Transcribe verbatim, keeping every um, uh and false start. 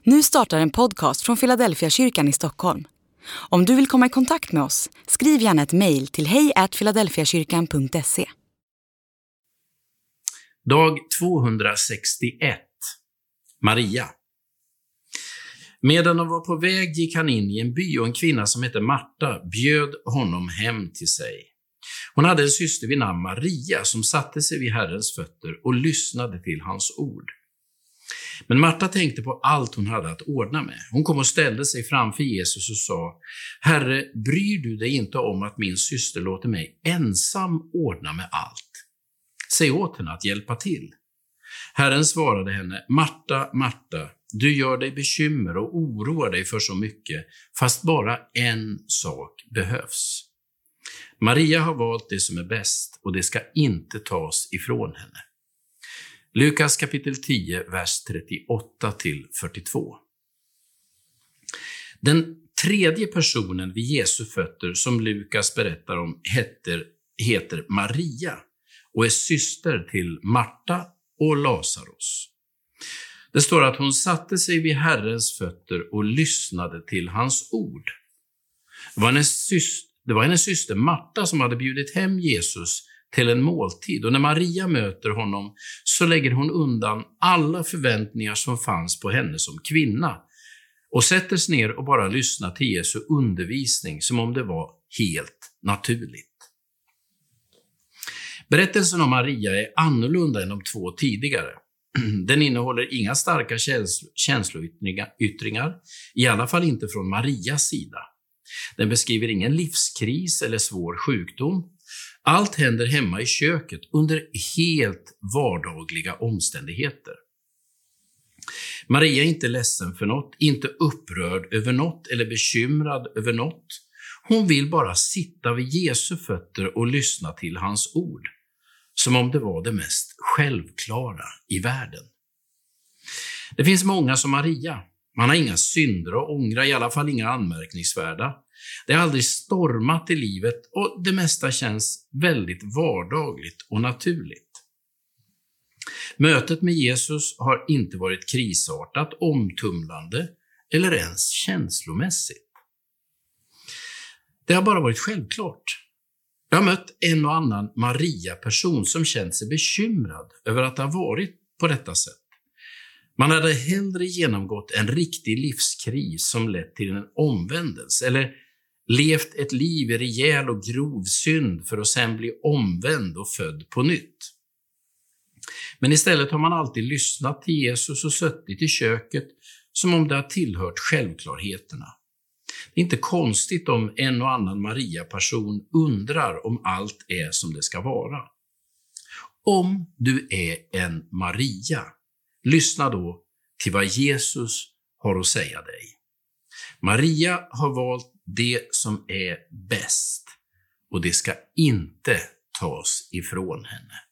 Nu startar en podcast från Philadelphia kyrkan i Stockholm. Om du vill komma i kontakt med oss, skriv gärna ett mejl till hej at philadelphiakyrkan punkt se. Dag tvåhundrasextioett. Maria. Medan de var på väg gick han in i en by och en kvinna som hette Marta bjöd honom hem till sig. Hon hade en syster vid namn Maria som satte sig vid Herrens fötter och lyssnade till hans ord. Men Marta tänkte på allt hon hade att ordna med. Hon kom och ställde sig framför Jesus och sa: Herre, bryr du dig inte om att min syster låter mig ensam ordna med allt? Säg åt henne att hjälpa till. Herren svarade henne: Marta, Marta, du gör dig bekymmer och oroar dig för så mycket, fast bara en sak behövs. Maria har valt det som är bäst och det ska inte tas ifrån henne. Lukas kapitel tio, vers trettioåtta till fyrtiotvå. Den tredje personen vid Jesu fötter som Lukas berättar om heter, heter Maria och är syster till Marta och Lazarus. Det står att hon satte sig vid Herrens fötter och lyssnade till hans ord. Det var hennes syster, det var hennes syster Marta som hade bjudit hem Jesus till en måltid, och när Maria möter honom så lägger hon undan alla förväntningar som fanns på henne som kvinna och sätter sig ner och bara lyssnar till Jesu undervisning som om det var helt naturligt. Berättelsen om Maria är annorlunda än de två tidigare. Den innehåller inga starka käns- känsloyttringar, i alla fall inte från Marias sida. Den beskriver ingen livskris eller svår sjukdom. Allt händer hemma i köket under helt vardagliga omständigheter. Maria är inte ledsen för något, inte upprörd över något eller bekymrad över något. Hon vill bara sitta vid Jesu fötter och lyssna till hans ord, som om det var det mest självklara i världen. Det finns många som Maria. Man har inga synder och ångra, i alla fall inga anmärkningsvärda. Det är aldrig stormat i livet och det mesta känns väldigt vardagligt och naturligt. Mötet med Jesus har inte varit krisartat, omtumlande eller ens känslomässigt. Det har bara varit självklart. Jag har mött en och annan Maria-person som känt sig bekymrad över att det har varit på detta sätt. Man hade hellre genomgått en riktig livskris som lett till en omvändelse, eller levt ett liv i rejäl och grov synd för att sen bli omvänd och född på nytt. Men istället har man alltid lyssnat till Jesus och suttit i köket som om det har tillhört självklarheterna. Det är inte konstigt om en och annan Maria-person undrar om allt är som det ska vara. Om du är en Maria, lyssna då till vad Jesus har att säga dig. Maria har valt det som är bäst och det ska inte tas ifrån henne.